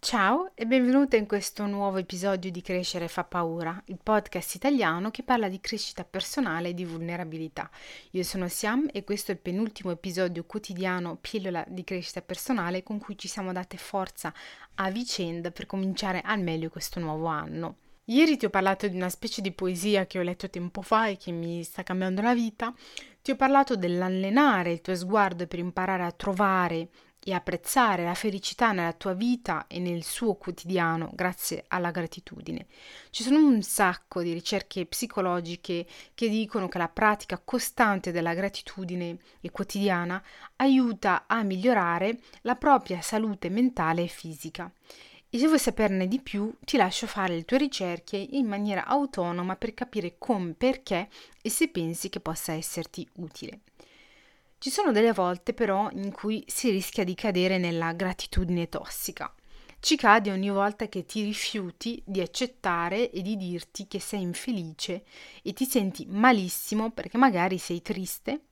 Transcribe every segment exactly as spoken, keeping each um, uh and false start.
Ciao e benvenuta in questo nuovo episodio di Crescere fa paura, il podcast italiano che parla di crescita personale e di vulnerabilità. Io sono Siam e questo è il penultimo episodio quotidiano pillola di crescita personale con cui ci siamo date forza a vicenda per cominciare al meglio questo nuovo anno. Ieri ti ho parlato di una specie di poesia che ho letto tempo fa e che mi sta cambiando la vita. Ti ho parlato dell'allenare il tuo sguardo per imparare a trovare e apprezzare la felicità nella tua vita e nel suo quotidiano grazie alla gratitudine. Ci sono un sacco di ricerche psicologiche che dicono che la pratica costante della gratitudine e quotidiana aiuta a migliorare la propria salute mentale e fisica. E se vuoi saperne di più, ti lascio fare le tue ricerche in maniera autonoma per capire come, perché e se pensi che possa esserti utile. Ci sono delle volte però in cui si rischia di cadere nella gratitudine tossica. Ci cadi ogni volta che ti rifiuti di accettare e di dirti che sei infelice e ti senti malissimo perché magari sei triste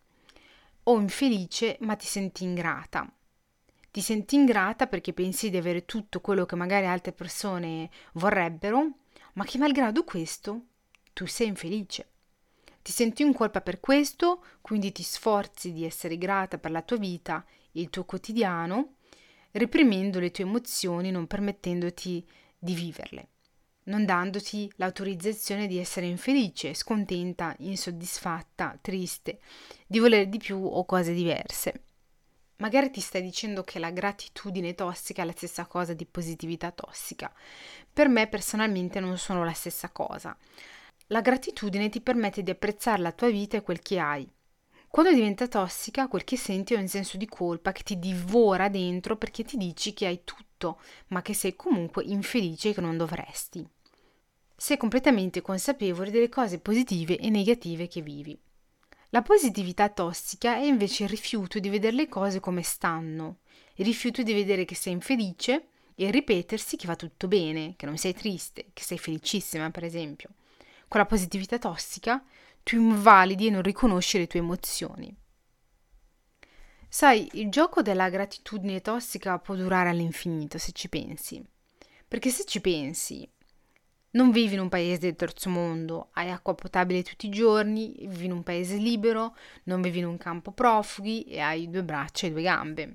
o infelice ma ti senti ingrata. Ti senti ingrata perché pensi di avere tutto quello che magari altre persone vorrebbero, ma che malgrado questo tu sei infelice. Ti senti in colpa per questo, quindi ti sforzi di essere grata per la tua vita e il tuo quotidiano, reprimendo le tue emozioni, non permettendoti di viverle, non dandoti l'autorizzazione di essere infelice, scontenta, insoddisfatta, triste, di voler di più o cose diverse. Magari ti stai dicendo che la gratitudine tossica è la stessa cosa di positività tossica. Per me personalmente non sono la stessa cosa. La gratitudine ti permette di apprezzare la tua vita e quel che hai. Quando diventa tossica, quel che senti è un senso di colpa che ti divora dentro perché ti dici che hai tutto, ma che sei comunque infelice e che non dovresti. Sei completamente consapevole delle cose positive e negative che vivi. La positività tossica è invece il rifiuto di vedere le cose come stanno, il rifiuto di vedere che sei infelice e il ripetersi che va tutto bene, che non sei triste, che sei felicissima, per esempio. Con la positività tossica tu invalidi e non riconosci le tue emozioni. Sai, il gioco della gratitudine tossica può durare all'infinito se ci pensi. Perché se ci pensi, non vivi in un paese del terzo mondo, hai acqua potabile tutti i giorni, vivi in un paese libero, non vivi in un campo profughi e hai due braccia e due gambe.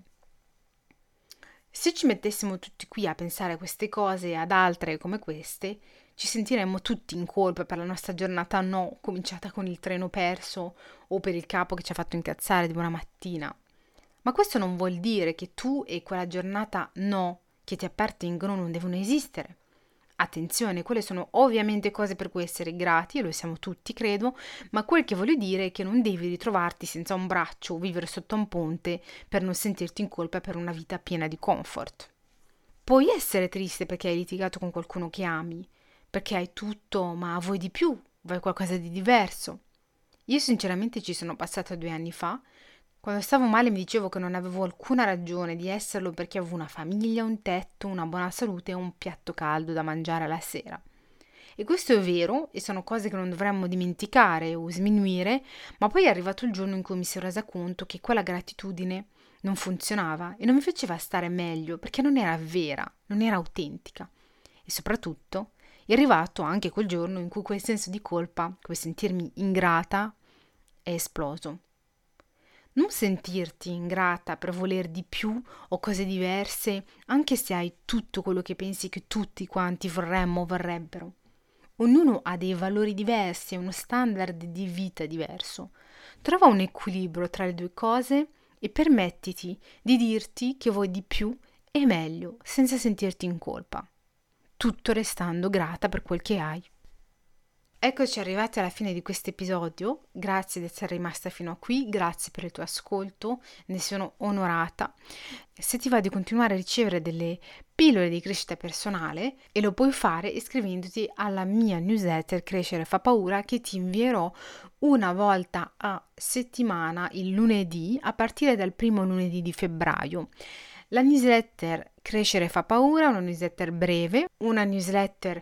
Se ci mettessimo tutti qui a pensare a queste cose e ad altre come queste, ci sentiremmo tutti in colpa per la nostra giornata no, cominciata con il treno perso o per il capo che ci ha fatto incazzare di buona mattina. Ma questo non vuol dire che tu e quella giornata no che ti appartengono non devono esistere. Attenzione, quelle sono ovviamente cose per cui essere grati, e lo siamo tutti, credo, ma quel che voglio dire è che non devi ritrovarti senza un braccio o vivere sotto un ponte per non sentirti in colpa per una vita piena di comfort. Puoi essere triste perché hai litigato con qualcuno che ami, perché hai tutto, ma vuoi di più, vuoi qualcosa di diverso. Io sinceramente ci sono passata due anni fa. Quando stavo male mi dicevo che non avevo alcuna ragione di esserlo perché avevo una famiglia, un tetto, una buona salute e un piatto caldo da mangiare alla sera. E questo è vero e sono cose che non dovremmo dimenticare o sminuire, ma poi è arrivato il giorno in cui mi sono resa conto che quella gratitudine non funzionava e non mi faceva stare meglio perché non era vera, non era autentica. E soprattutto è arrivato anche quel giorno in cui quel senso di colpa, quel sentirmi ingrata, è esploso. Non sentirti ingrata per voler di più o cose diverse, anche se hai tutto quello che pensi che tutti quanti vorremmo o vorrebbero. Ognuno ha dei valori diversi e uno standard di vita diverso. Trova un equilibrio tra le due cose e permettiti di dirti che vuoi di più e meglio, senza sentirti in colpa. Tutto restando grata per quel che hai. Eccoci arrivati alla fine di questo episodio, grazie di essere rimasta fino a qui, grazie per il tuo ascolto, ne sono onorata. Se ti va di continuare a ricevere delle pillole di crescita personale, e lo puoi fare iscrivendoti alla mia newsletter Crescere fa paura, che ti invierò una volta a settimana il lunedì a partire dal primo lunedì di febbraio. La newsletter Crescere fa paura è una newsletter breve, una newsletter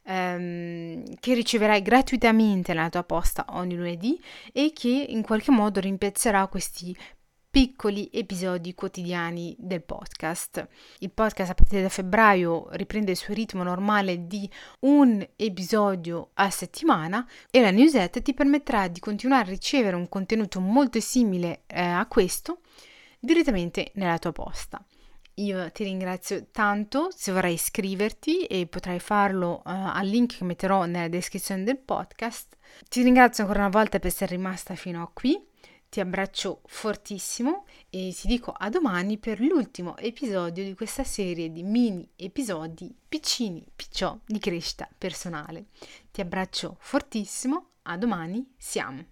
ehm, che riceverai gratuitamente nella tua posta ogni lunedì e che in qualche modo rimpiazzerà questi piccoli episodi quotidiani del podcast. Il podcast a partire da febbraio riprende il suo ritmo normale di un episodio a settimana e la newsletter ti permetterà di continuare a ricevere un contenuto molto simile eh, a questo direttamente nella tua posta. Io ti ringrazio tanto. Se vorrai iscriverti, e potrai farlo uh, al link che metterò nella descrizione del podcast. Ti ringrazio ancora una volta per essere rimasta fino a qui. Ti abbraccio fortissimo e ti dico a domani per l'ultimo episodio di questa serie di mini episodi piccini picciò di crescita personale. Ti abbraccio fortissimo, a domani, Siam.